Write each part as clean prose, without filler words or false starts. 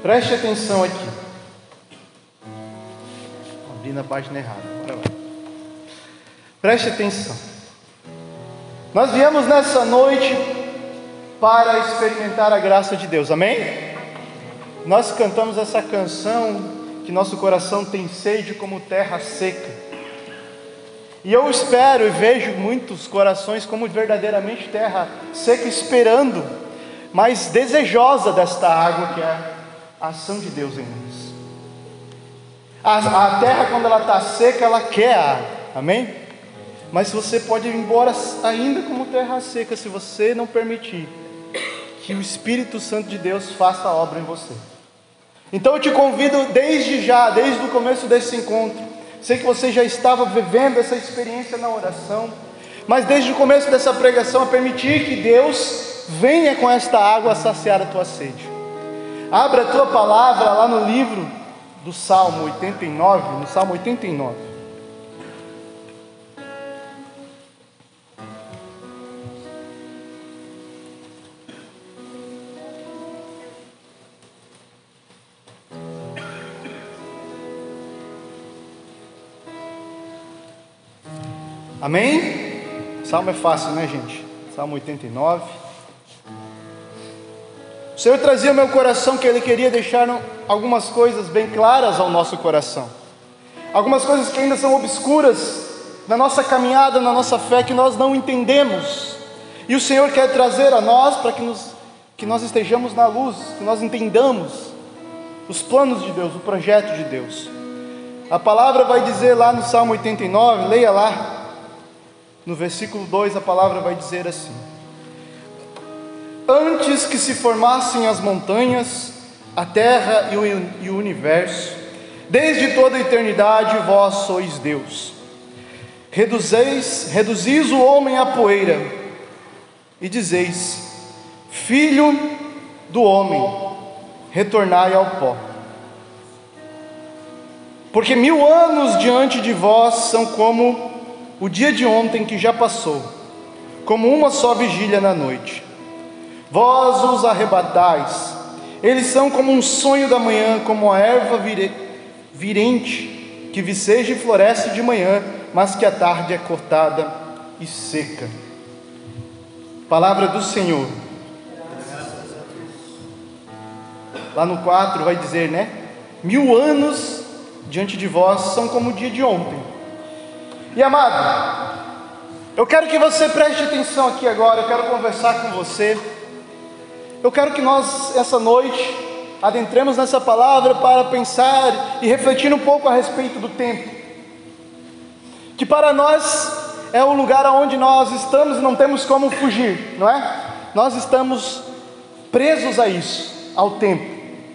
Preste atenção aqui. Abri na página errada. Bora lá. Preste atenção. Nós viemos nessa noite para experimentar a graça de Deus. Amém? Nós cantamos essa canção que nosso coração tem sede como terra seca. E eu espero e vejo muitos corações como verdadeiramente terra seca, esperando, mas desejosa desta água que é a ação de Deus em nós. A terra, quando ela está seca, ela quer a água, amém? Mas você pode ir embora ainda como terra seca, se você não permitir que o Espírito Santo de Deus faça a obra em você. Então eu te convido desde o começo desse encontro. Sei que você já estava vivendo essa experiência na oração, mas desde o começo dessa pregação, a permitir que Deus venha com esta água saciar a tua sede. Abra a tua palavra lá no livro do Salmo 89, no Salmo 89. Amém? Salmo é fácil, né, gente? Salmo 89. O Senhor trazia ao meu coração que Ele queria deixar algumas coisas bem claras ao nosso coração. Algumas coisas que ainda são obscuras na nossa caminhada, na nossa fé, que nós não entendemos. E o Senhor quer trazer a nós para que nós estejamos na luz, que nós entendamos os planos de Deus, o projeto de Deus. A palavra vai dizer lá no Salmo 89, leia lá. No versículo 2 a palavra vai dizer assim: antes que se formassem as montanhas, a terra e o universo, desde toda a eternidade vós sois Deus. Reduzis o homem à poeira, e dizeis: filho do homem, retornai ao pó. Porque 1000 anos diante de vós são como o dia de ontem que já passou, como uma só vigília na noite. Vós os arrebatais, eles são como um sonho da manhã, como a erva virente, que viceja e floresce de manhã, mas que à tarde é cortada e seca. Palavra do Senhor. Lá no 4 vai dizer, né? 1000 anos diante de vós são como o dia de ontem. E amado, eu quero que você preste atenção aqui agora. Eu quero conversar com você. Eu quero que nós, essa noite, adentremos nessa palavra para pensar e refletir um pouco a respeito do tempo, que para nós é o lugar onde nós estamos e não temos como fugir, não é? Nós estamos presos a isso, ao tempo.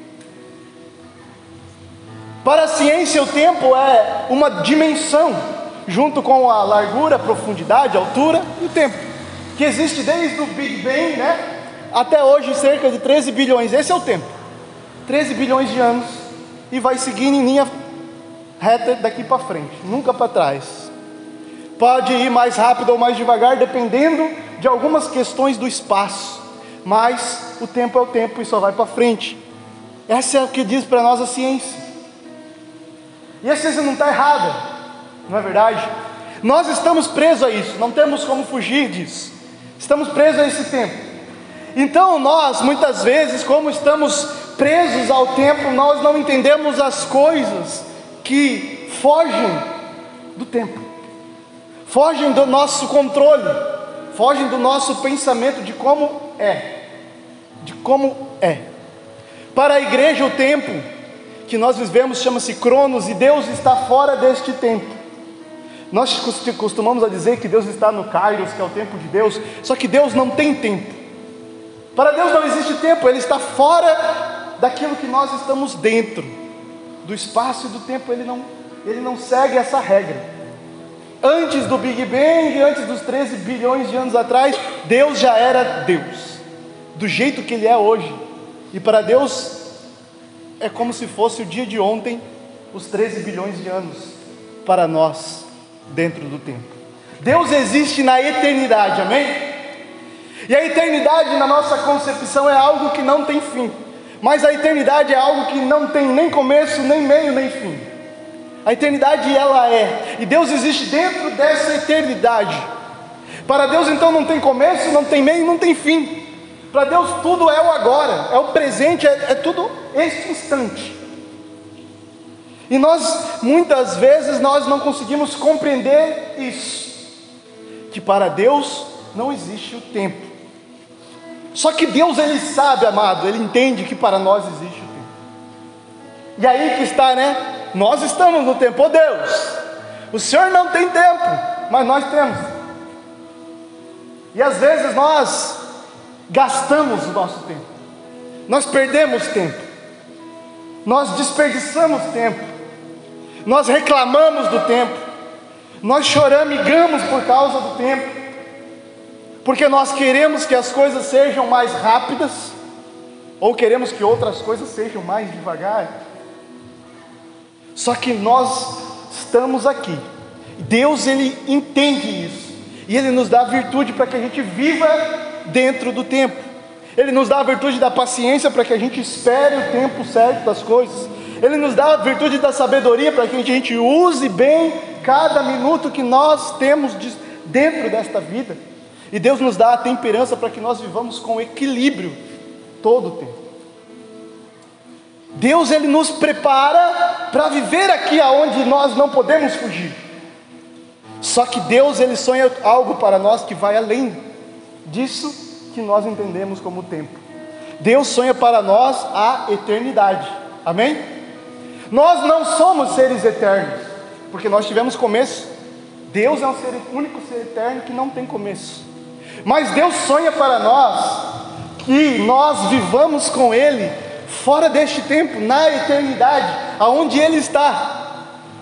Para a ciência, o tempo é uma dimensão, junto com a largura, a profundidade, a altura e o tempo, que existe desde o Big Bang, né? Até hoje, cerca de 13 bilhões, esse é o tempo, 13 bilhões de anos, e vai seguindo em linha reta daqui para frente, nunca para trás. Pode ir mais rápido ou mais devagar, dependendo de algumas questões do espaço, mas o tempo é o tempo e só vai para frente. Essa é o que diz para nós a ciência, e a ciência não está errada, não é verdade? Nós estamos presos a isso, não temos como fugir disso, estamos presos a esse tempo. Então nós, muitas vezes, como estamos presos ao tempo, nós não entendemos as coisas que fogem do tempo, fogem do nosso controle, fogem do nosso pensamento de como é. Para a igreja, o tempo que nós vivemos chama-se Cronos, e Deus está fora deste tempo. Nós costumamos a dizer que Deus está no Kairos, que é o tempo de Deus, só que Deus não tem tempo. Para Deus não existe tempo, Ele está fora daquilo que nós estamos dentro, do espaço e do tempo. Ele não segue essa regra. Antes do Big Bang, antes dos 13 bilhões de anos atrás, Deus já era Deus, do jeito que Ele é hoje. E para Deus é como se fosse o dia de ontem, os 13 bilhões de anos para nós, dentro do tempo. Deus existe na eternidade, amém? E a eternidade na nossa concepção é algo que não tem fim. Mas a eternidade é algo que não tem nem começo, nem meio, nem fim. A eternidade ela é, e Deus existe dentro dessa eternidade. Para Deus então não tem começo, não tem meio, não tem fim. Para Deus tudo é o agora, é o presente, é tudo este instante. E nós, muitas vezes, nós não conseguimos compreender isso, que para Deus não existe o tempo. Só que Deus, Ele sabe, amado, Ele entende que para nós existe o tempo. E aí que está, né? Nós estamos no tempo. Oh Deus, o Senhor não tem tempo, mas nós temos. E às vezes nós gastamos o nosso tempo, nós perdemos tempo, nós desperdiçamos tempo, nós reclamamos do tempo, nós choramingamos por causa do tempo, porque nós queremos que as coisas sejam mais rápidas, ou queremos que outras coisas sejam mais devagar. Só que nós estamos aqui, Deus Ele entende isso, e Ele nos dá a virtude para que a gente viva dentro do tempo. Ele nos dá a virtude da paciência para que a gente espere o tempo certo das coisas. Ele nos dá a virtude da sabedoria para que a gente use bem cada minuto que nós temos dentro desta vida. E Deus nos dá a temperança para que nós vivamos com equilíbrio todo o tempo. Deus Ele nos prepara para viver aqui aonde nós não podemos fugir. Só que Deus Ele sonha algo para nós que vai além disso que nós entendemos como tempo. Deus sonha para nós a eternidade. Amém? Nós não somos seres eternos, porque nós tivemos começo. Deus é o único ser eterno que não tem começo. Mas Deus sonha para nós que nós vivamos com Ele fora deste tempo, na eternidade, aonde Ele está.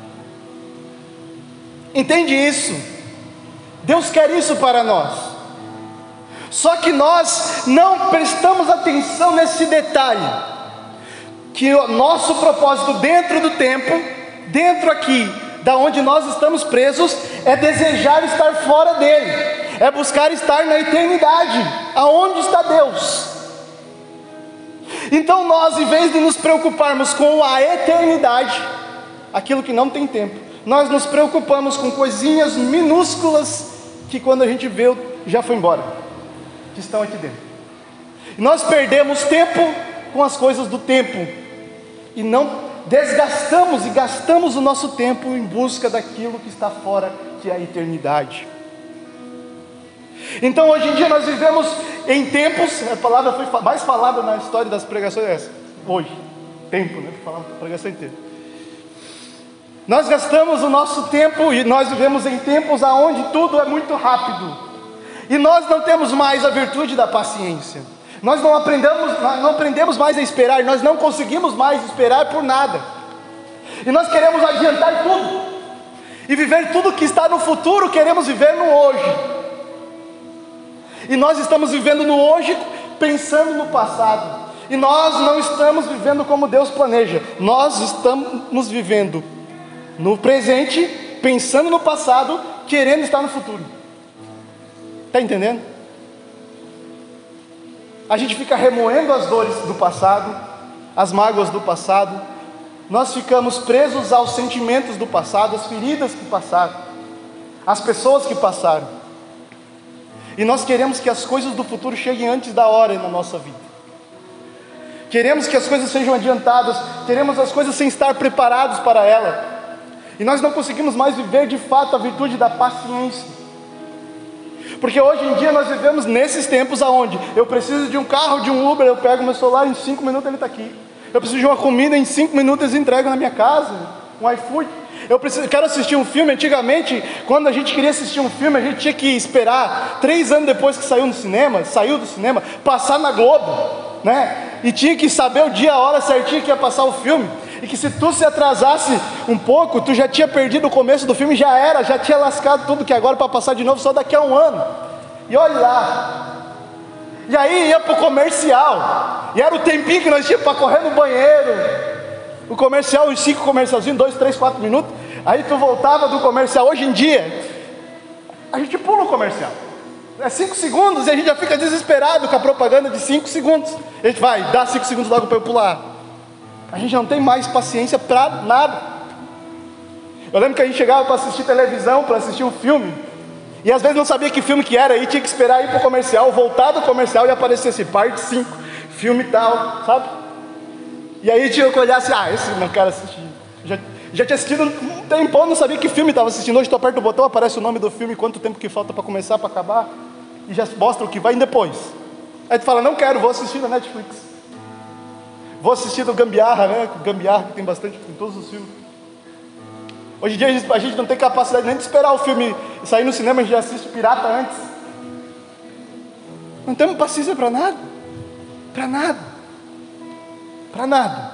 Entende isso? Deus quer isso para nós. Só que nós não prestamos atenção nesse detalhe, que o nosso propósito dentro do tempo, dentro aqui, da onde nós estamos presos, é desejar estar fora dele, é buscar estar na eternidade, aonde está Deus. Então nós, em vez de nos preocuparmos com a eternidade, aquilo que não tem tempo, nós nos preocupamos com coisinhas minúsculas, que quando a gente vê, já foi embora, que estão aqui dentro. Nós perdemos tempo com as coisas do tempo, e não desgastamos e gastamos o nosso tempo em busca daquilo que está fora, que é a eternidade. Então hoje em dia nós vivemos em tempos, a palavra foi mais falada na história das pregações, essa, hoje, tempo, né? Falando a pregação inteira. Nós gastamos o nosso tempo e nós vivemos em tempos onde tudo é muito rápido, e nós não temos mais a virtude da paciência. Nós não aprendemos mais a esperar, nós não conseguimos mais esperar por nada, e nós queremos adiantar tudo, e viver tudo que está no futuro, queremos viver no hoje, e nós estamos vivendo no hoje, pensando no passado, e nós não estamos vivendo como Deus planeja, nós estamos vivendo no presente, pensando no passado, querendo estar no futuro. Está entendendo? A gente fica remoendo as dores do passado, as mágoas do passado, nós ficamos presos aos sentimentos do passado, as feridas que passaram, as pessoas que passaram, e nós queremos que as coisas do futuro cheguem antes da hora na nossa vida. Queremos que as coisas sejam adiantadas, queremos as coisas sem estar preparados para ela, e nós não conseguimos mais viver de fato a virtude da paciência. Porque hoje em dia nós vivemos nesses tempos aonde eu preciso de um carro, de um Uber, eu pego meu celular, em 5 minutos ele está aqui. Eu preciso de uma comida, em 5 minutos eu entrego na minha casa, um iFood. Quero assistir um filme. Antigamente, quando a gente queria assistir um filme, a gente tinha que esperar 3 anos depois que saiu do cinema, passar na Globo, né? E tinha que saber o dia, a hora certinha que ia passar o filme. E que se tu se atrasasse um pouco, tu já tinha perdido o começo do filme, já tinha lascado tudo, que agora para passar de novo só daqui a 1 ano. E olha lá. E aí ia pro comercial, e era o tempinho que nós tínhamos para correr no banheiro. O comercial, os 5 comercialzinhos, 2, 3, 4 minutos. Aí tu voltava do comercial. Hoje em dia a gente pula o comercial. É 5 segundos e a gente já fica desesperado com a propaganda de 5 segundos. A gente vai, dá 5 segundos logo para eu pular. A gente não tem mais paciência para nada. Eu lembro que a gente chegava para assistir televisão, para assistir um filme, e às vezes não sabia que filme que era, e tinha que esperar ir para o comercial, voltar do comercial e aparecer assim, parte 5, filme tal, sabe? E aí tinha que olhar assim, esse não quero assistir. Já tinha assistido um tempão, não sabia que filme estava assistindo. Hoje tu aperta o botão, aparece o nome do filme, quanto tempo que falta para começar, para acabar, e já mostra o que vai depois. Aí tu fala, não quero, vou assistir na Netflix. Vou assistir do Gambiarra, né? Gambiarra que tem bastante em todos os filmes. Hoje em dia a gente não tem capacidade nem de esperar o filme sair no cinema, a gente já assiste pirata antes. Não temos paciência para nada. Para nada. Para nada.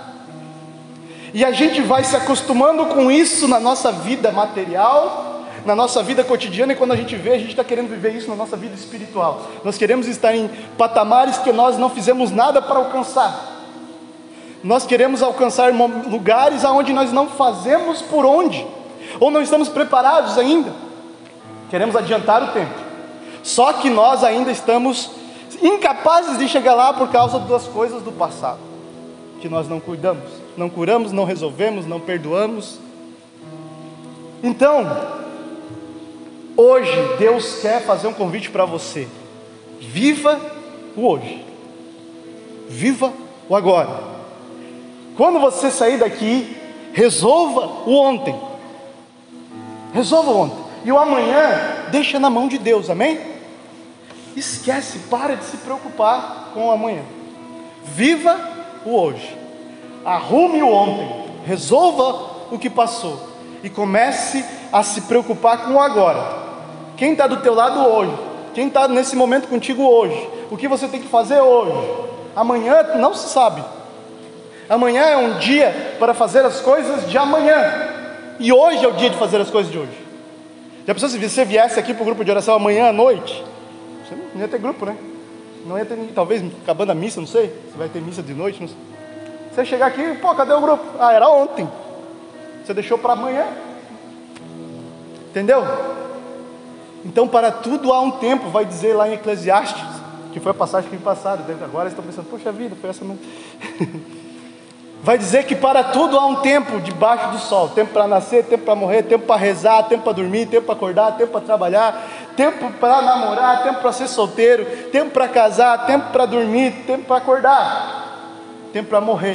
E a gente vai se acostumando com isso na nossa vida material, na nossa vida cotidiana, e quando a gente vê, a gente está querendo viver isso na nossa vida espiritual. Nós queremos estar em patamares que nós não fizemos nada para alcançar. Nós queremos alcançar lugares aonde nós não fazemos por onde, ou não estamos preparados ainda. Queremos adiantar o tempo. Só que nós ainda estamos incapazes de chegar lá por causa das coisas do passado, que nós não cuidamos, não curamos, não resolvemos, não perdoamos. Então, hoje Deus quer fazer um convite para você. Viva o hoje. Viva o agora. Quando você sair daqui, resolva o ontem. Resolva o ontem. E o amanhã, deixa na mão de Deus, amém? Esquece, para de se preocupar com o amanhã. Viva o hoje. Arrume o ontem. Resolva o que passou. E comece a se preocupar com o agora. Quem está do teu lado hoje? Quem está nesse momento contigo hoje? O que você tem que fazer hoje? Amanhã não se sabe. Amanhã é um dia para fazer as coisas de amanhã. E hoje é o dia de fazer as coisas de hoje. Já pensou se você viesse aqui para o grupo de oração amanhã à noite? Você não ia ter grupo, né? Não ia ter, talvez acabando a missa, não sei. Se vai ter missa de noite, não sei. Você chegar aqui, cadê o grupo? Era ontem. Você deixou para amanhã. Entendeu? Então, para tudo há um tempo, vai dizer lá em Eclesiastes, que foi a passagem que me passaram. Agora estão pensando, poxa vida, foi essa mesmo. Vai dizer que para tudo há um tempo debaixo do sol. Tempo para nascer, tempo para morrer, tempo para rezar, tempo para dormir, tempo para acordar, tempo para trabalhar, tempo para namorar, tempo para ser solteiro, tempo para casar, tempo para dormir, tempo para acordar, tempo para morrer.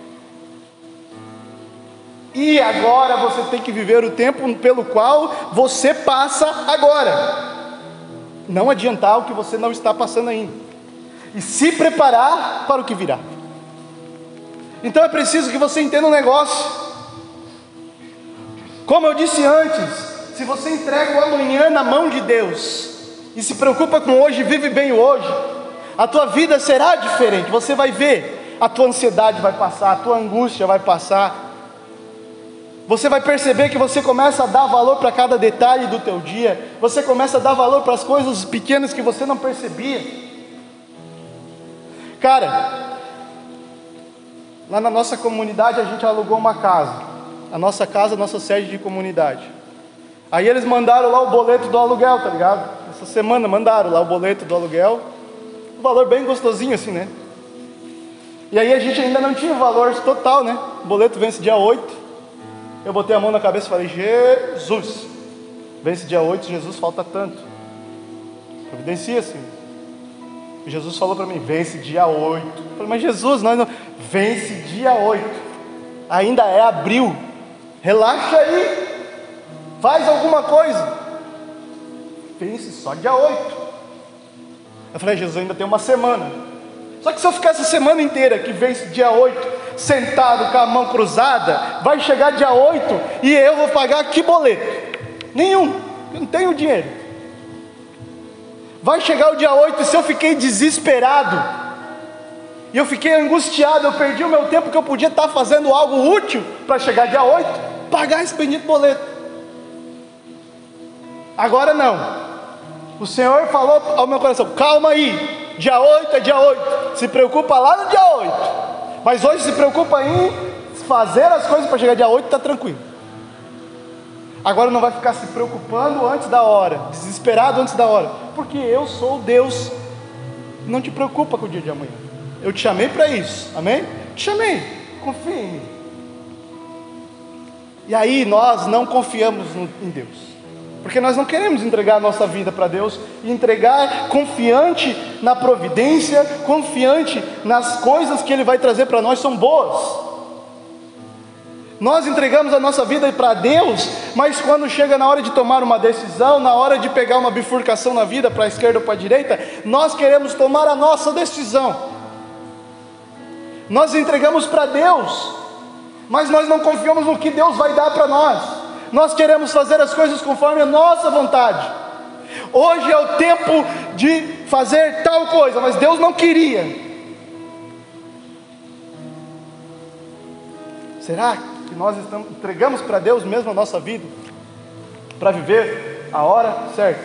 E agora você tem que viver o tempo pelo qual você passa agora. Não adiantar o que você não está passando ainda. E se preparar para o que virá. Então é preciso que você entenda um negócio. Como eu disse antes, se você entrega o amanhã na mão de Deus e se preocupa com hoje, vive bem o hoje, a tua vida será diferente. Você vai ver, a tua ansiedade vai passar, a tua angústia vai passar. Você vai perceber que você começa a dar valor para cada detalhe do teu dia. Você começa a dar valor para as coisas pequenas que você não percebia. Cara, lá na nossa comunidade a gente alugou uma casa. A nossa casa, a nossa sede de comunidade. Aí eles mandaram lá o boleto do aluguel, tá ligado? Essa semana mandaram lá o boleto do aluguel. Um valor bem gostosinho assim, né? E aí a gente ainda não tinha o valor total, né? O boleto vence dia 8. Eu botei a mão na cabeça e falei, Jesus, vence dia 8, Jesus, falta tanto. Providencia, Senhor. E Jesus falou para mim, vence dia 8. Eu falei, mas Jesus, nós não... Vence dia 8. Ainda é abril. Relaxa aí. Faz alguma coisa. Vence só dia 8. Eu falei, Jesus, ainda tem uma semana. Só que se eu ficar essa semana inteira, que vence dia 8, sentado com a mão cruzada, vai chegar dia 8 e eu vou pagar que boleto? Nenhum. Eu não tenho dinheiro. Vai chegar o dia 8 e se eu fiquei desesperado, e eu fiquei angustiado, eu perdi o meu tempo que eu podia estar fazendo algo útil para chegar dia 8, pagar esse bendito boleto. Agora não. O Senhor falou ao meu coração, calma aí, dia 8 é dia 8, se preocupa lá no dia 8, mas hoje se preocupa em fazer as coisas para chegar dia 8, está tranquilo. agora não vai ficar se preocupando antes da hora, desesperado antes da hora, porque eu sou Deus. Não te preocupa com o dia de amanhã. Eu te chamei para isso, amém? Te chamei, confia em mim. E aí nós não confiamos em Deus, porque nós não queremos entregar a nossa vida para Deus, e entregar confiante na providência, confiante nas coisas que Ele vai trazer para nós são boas. Nós entregamos a nossa vida para Deus, mas quando chega na hora de tomar uma decisão, na hora de pegar uma bifurcação na vida, para a esquerda ou para a direita, nós queremos tomar a nossa decisão. Nós entregamos para Deus, mas nós não confiamos no que Deus vai dar para nós. Nós queremos fazer as coisas conforme a nossa vontade. Hoje é o tempo de fazer tal coisa, mas Deus não queria. Será que nós entregamos para Deus mesmo a nossa vida, para viver a hora certa?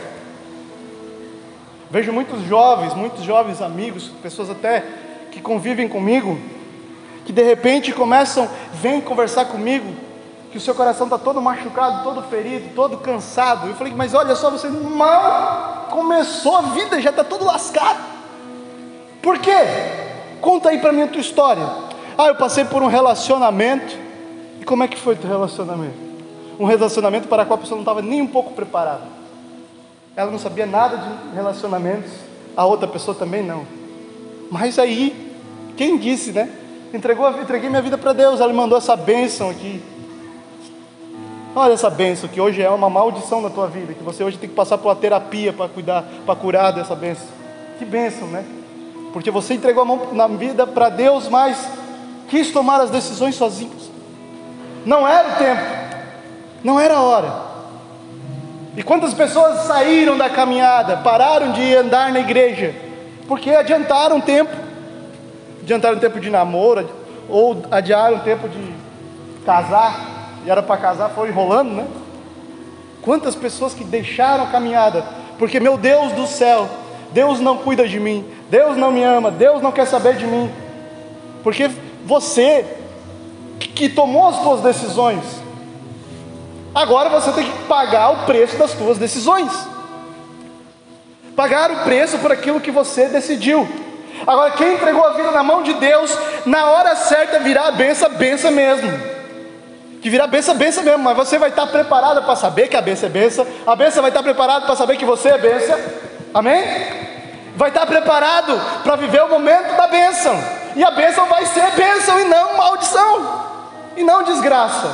Vejo muitos jovens amigos, pessoas até que convivem comigo, que de repente vêm conversar comigo, que o seu coração está todo machucado, todo ferido, todo cansado. Eu falei, mas olha só, você mal começou a vida, já está todo lascado. Por quê? Conta aí para mim a tua história. Eu passei por um relacionamento. E como é que foi o teu relacionamento? Um relacionamento para o qual a pessoa não estava nem um pouco preparada. Ela não sabia nada de relacionamentos, a outra pessoa também não. Mas aí, quem disse, né? Entreguei minha vida para Deus, ela me mandou essa bênção aqui. Olha essa bênção, que hoje é uma maldição na tua vida, que você hoje tem que passar por uma terapia para curar dessa bênção. Que bênção, né? Porque você entregou a mão na vida para Deus, mas quis tomar as decisões sozinhos. Não era o tempo, não era a hora. E quantas pessoas saíram da caminhada, pararam de andar na igreja, porque adiantaram o tempo de namoro, ou adiaram o tempo de casar, e era para casar, foi enrolando, né? Quantas pessoas que deixaram a caminhada, porque meu Deus do céu, Deus não cuida de mim, Deus não me ama, Deus não quer saber de mim, porque você que tomou as suas decisões, agora você tem que pagar o preço das suas decisões, pagar o preço por aquilo que você decidiu. Agora quem entregou a vida na mão de Deus, na hora certa virá a benção mesmo, que virá benção mesmo, mas você vai estar preparado para saber que a benção é benção, a benção vai estar preparado para saber que você é benção, amém? Vai estar preparado para viver o momento da bênção, e a bênção vai ser bênção e não maldição, e não desgraça.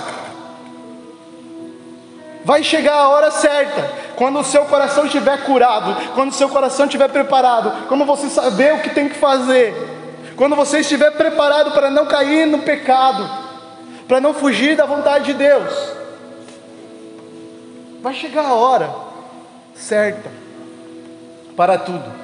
Vai chegar a hora certa, quando o seu coração estiver curado, quando o seu coração estiver preparado, quando você saber o que tem que fazer, quando você estiver preparado para não cair no pecado, para não fugir da vontade de Deus, vai chegar a hora certa para tudo.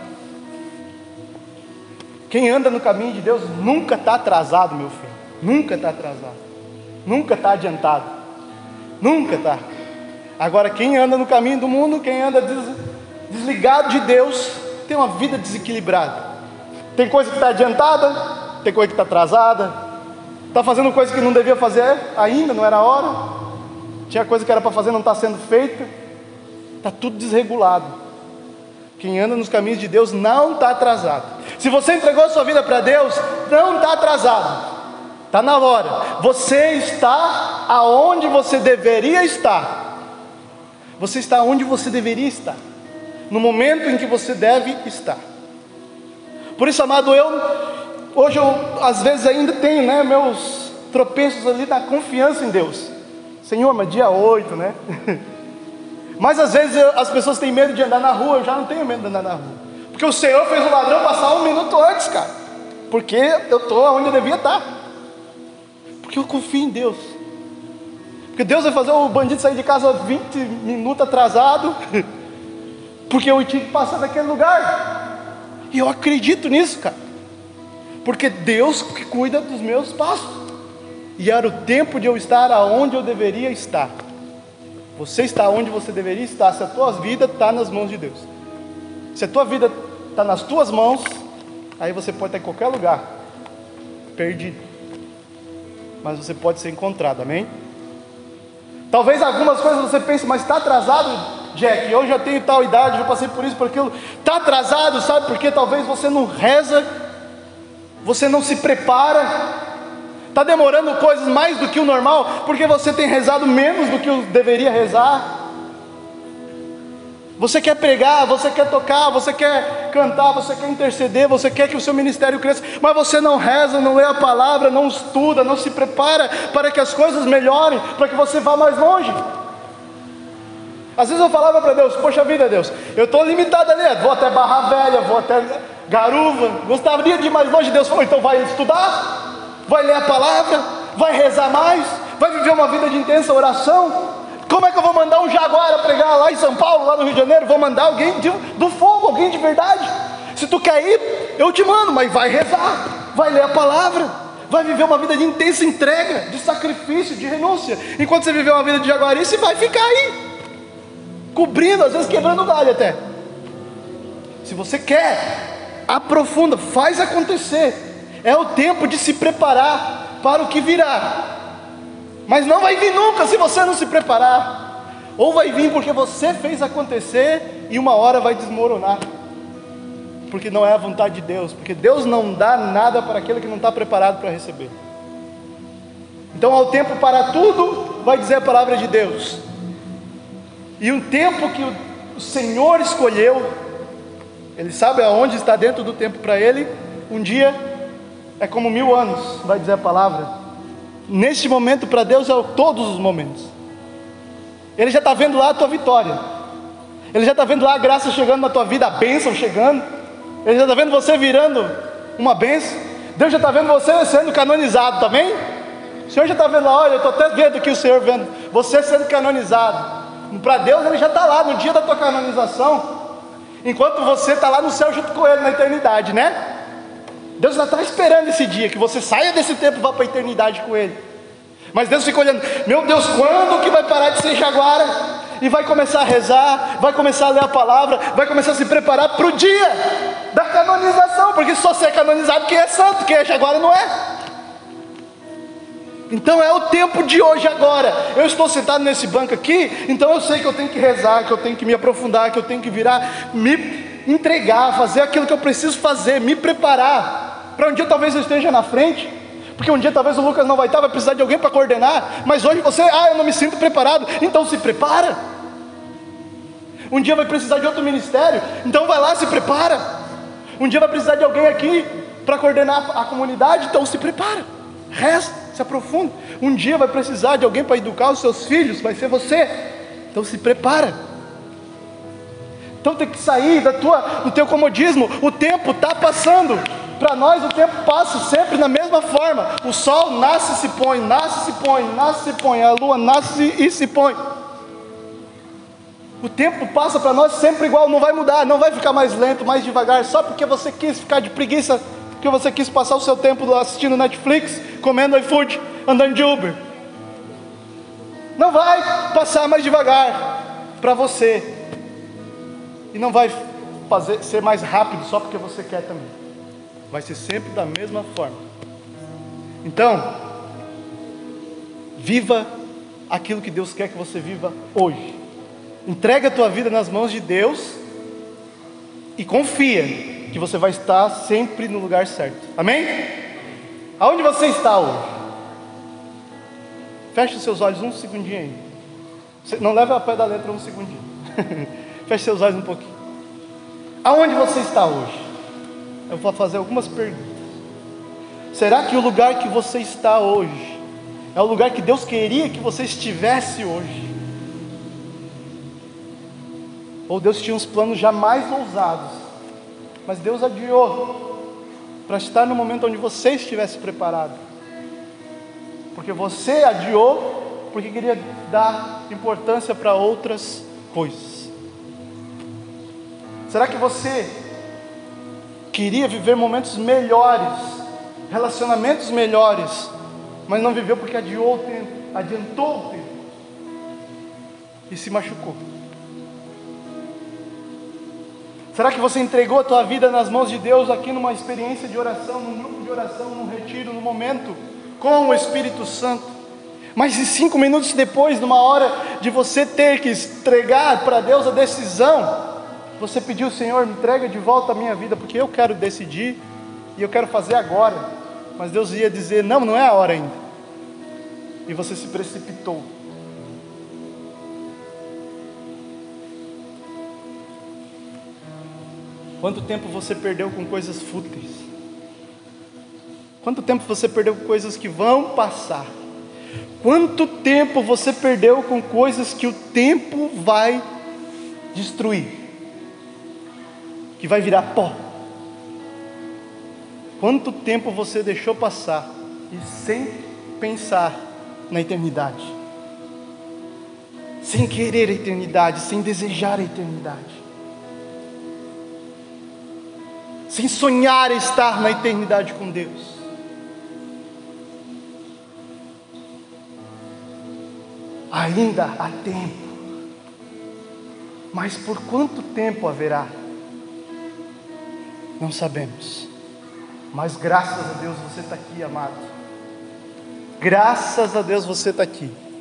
Quem anda no caminho de Deus nunca está atrasado, meu filho, nunca está atrasado, nunca está adiantado, nunca está. Agora quem anda no caminho do mundo, quem anda desligado de Deus, tem uma vida desequilibrada. Tem coisa que está adiantada, tem coisa que está atrasada, está fazendo coisa que não devia fazer ainda, não era a hora, tinha coisa que era para fazer, não está sendo feita, está tudo desregulado. Quem anda nos caminhos de Deus não está atrasado. Se você entregou a sua vida para Deus, não está atrasado, está na hora. Você está aonde você deveria estar. Você está onde você deveria estar, no momento em que você deve estar. Por isso, amado, hoje eu às vezes ainda tenho, né, meus tropeços ali na confiança em Deus. Senhor, mas dia 8, né? Mas às vezes as pessoas têm medo de andar na rua. Eu já não tenho medo de andar na rua, porque o Senhor fez o ladrão passar 1 minuto antes, cara, porque eu estou onde eu devia estar, porque eu confio em Deus. Porque Deus vai fazer o bandido sair de casa 20 minutos atrasado, porque eu tinha que passar naquele lugar. E eu acredito nisso, cara, porque Deus que cuida dos meus passos. E era o tempo de eu estar aonde eu deveria estar. Você está onde você deveria estar, se a tua vida está nas mãos de Deus. Se a tua vida está nas tuas mãos, aí você pode estar em qualquer lugar, perdido, mas você pode ser encontrado, amém? Talvez algumas coisas você pense, mas está atrasado, Jack, eu já tenho tal idade, já passei por isso, por aquilo. Está atrasado, sabe por quê? Talvez você não reza, você não se prepara, está demorando coisas mais do que o normal, porque você tem rezado menos do que deveria rezar. Você quer pregar, você quer tocar, você quer cantar, você quer interceder, você quer que o seu ministério cresça, mas você não reza, não lê a palavra, não estuda, não se prepara para que as coisas melhorem, para que você vá mais longe. Às vezes eu falava para Deus, poxa vida, Deus, eu estou limitado ali, vou até Barra Velha, vou até Garuva, gostaria de ir mais longe. Deus falou, então vai estudar, vai ler a palavra, vai rezar mais, vai viver uma vida de intensa oração. Como é que eu vou mandar um Jaguar a pregar lá em São Paulo, lá no Rio de Janeiro? Vou mandar alguém do fogo, alguém de verdade. Se tu quer ir, eu te mando, mas vai rezar, vai ler a palavra, vai viver uma vida de intensa entrega, de sacrifício, de renúncia. Enquanto você viver uma vida de jaguarice, vai ficar aí, cobrindo, às vezes quebrando galho até. Se você quer, aprofunda, faz acontecer. É o tempo de se preparar para o que virá. Mas não vai vir nunca se você não se preparar. Ou vai vir porque você fez acontecer e uma hora vai desmoronar, porque não é a vontade de Deus, porque Deus não dá nada para aquele que não está preparado para receber. Então há o tempo para tudo, vai dizer a palavra de Deus. E um tempo que o Senhor escolheu, Ele sabe aonde está dentro do tempo para Ele. Um dia é como 1000 anos, vai dizer a palavra. Neste momento para Deus é todos os momentos. Ele já está vendo lá a tua vitória, Ele já está vendo lá a graça chegando na tua vida, a bênção chegando, Ele já está vendo você virando uma bênção. Deus já está vendo você sendo canonizado também. O Senhor já está vendo lá, olha, eu estou até vendo aqui o Senhor vendo você sendo canonizado. Para Deus Ele já está lá no dia da tua canonização, enquanto você está lá no céu junto com Ele na eternidade, né? Deus já está esperando esse dia, que você saia desse tempo e vá para a eternidade com Ele. Mas Deus fica olhando, meu Deus, quando que vai parar de ser jaguara? E vai começar a rezar, vai começar a ler a palavra, vai começar a se preparar para o dia da canonização, porque só ser canonizado quem é santo, quem é jaguara não é. Então é o tempo de hoje agora. Eu estou sentado nesse banco aqui, então eu sei que eu tenho que rezar, que eu tenho que me aprofundar, que eu tenho que virar, me entregar, fazer aquilo que eu preciso fazer, me preparar, para um dia talvez eu esteja na frente, porque um dia talvez o Lucas não vai estar, vai precisar de alguém para coordenar, mas hoje você, eu não me sinto preparado, então se prepara. Um dia vai precisar de outro ministério, então vai lá, se prepara. Um dia vai precisar de alguém aqui para coordenar a comunidade, então se prepara, reza, se aprofunda. Um dia vai precisar de alguém para educar os seus filhos, vai ser você, então se prepara. Então tem que sair do teu comodismo. O tempo está passando. Para nós o tempo passa sempre da mesma forma. O sol nasce e se põe, nasce e se põe, nasce e se põe. A lua nasce e se põe. O tempo passa para nós sempre igual, não vai mudar, não vai ficar mais lento, mais devagar, só porque você quis ficar de preguiça, porque você quis passar o seu tempo assistindo Netflix, comendo iFood, andando de Uber. Não vai passar mais devagar para você. E não vai ser mais rápido só porque você quer também. Vai ser sempre da mesma forma. Então, viva aquilo que Deus quer que você viva hoje. Entrega a tua vida nas mãos de Deus e confia que você vai estar sempre no lugar certo. Amém? Aonde você está hoje? Feche os seus olhos um segundinho aí. Não leve a pé da letra um segundinho. Feche seus olhos um pouquinho. Aonde você está hoje? Eu vou fazer algumas perguntas. Será que o lugar que você está hoje é o lugar que Deus queria que você estivesse hoje? Ou Deus tinha uns planos já mais ousados, mas Deus adiou para estar no momento onde você estivesse preparado? Porque você adiou porque queria dar importância para outras coisas. Será que você queria viver momentos melhores, relacionamentos melhores, mas não viveu porque adiou o tempo, adiantou o tempo e se machucou? Será que você entregou a tua vida nas mãos de Deus aqui numa experiência de oração, num grupo de oração, num retiro, num momento com o Espírito Santo, Mas e 5 minutos depois, numa hora de você ter que entregar para Deus a decisão, você pediu: Senhor, me entrega de volta a minha vida, porque eu quero decidir e eu quero fazer agora. Mas Deus ia dizer: não, não é a hora ainda. E você se precipitou. Quanto tempo você perdeu com coisas fúteis? Quanto tempo você perdeu com coisas que vão passar? Quanto tempo você perdeu com coisas que o tempo vai destruir? Que vai virar pó? Quanto tempo você deixou passar e sem pensar na eternidade? Sem querer a eternidade, sem desejar a eternidade, sem sonhar estar na eternidade com Deus. Ainda há tempo, mas por quanto tempo haverá? Não sabemos, mas graças a Deus você está aqui, amado. Graças a Deus você está aqui.